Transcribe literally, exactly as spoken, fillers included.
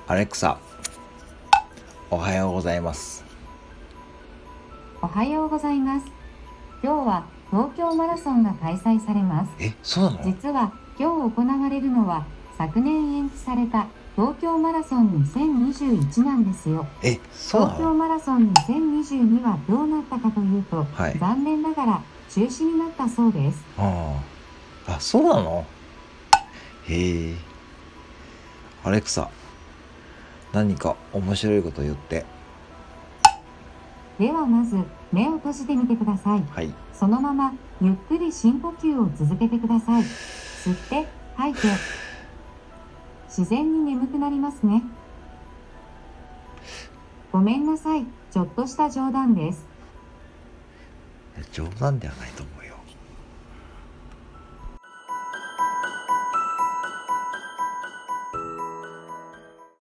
アレクサ、おはようございます。 おはようございます。今日は東京マラソンが開催されます。 え、そうなの？ 実は今日行われるのは昨年延期された東京マラソンにせんにじゅういちなんですよ。 え、そうなの？ 東京マラソンにせんにじゅうにはどうなったかというと、 はい、 残念ながら中止になったそうです。 ああ、あ、そうなの？へえ。アレクサ、何か面白いこと言って。 ではまず目を閉じてみてください。 はい。 そのままゆっくり深呼吸を続けてください。吸って吐いて、自然に眠くなりますね。ごめんなさい、ちょっとした冗談です。 冗談ではないと思う。